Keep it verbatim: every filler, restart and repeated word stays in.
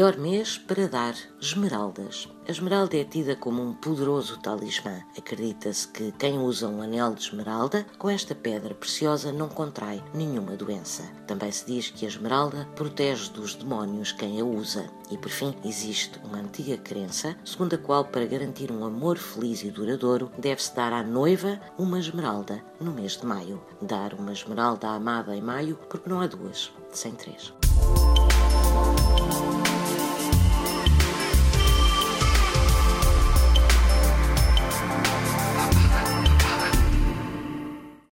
melhor mês para dar esmeraldas. A esmeralda é tida como um poderoso talismã. Acredita-se que quem usa um anel de esmeralda com esta pedra preciosa não contrai nenhuma doença. Também se diz que a esmeralda protege dos demónios quem a usa. E por fim, existe uma antiga crença segundo a qual, para garantir um amor feliz e duradouro, deve-se dar à noiva uma esmeralda no mês de maio. Dar uma esmeralda à amada em maio, porque não há duas sem três.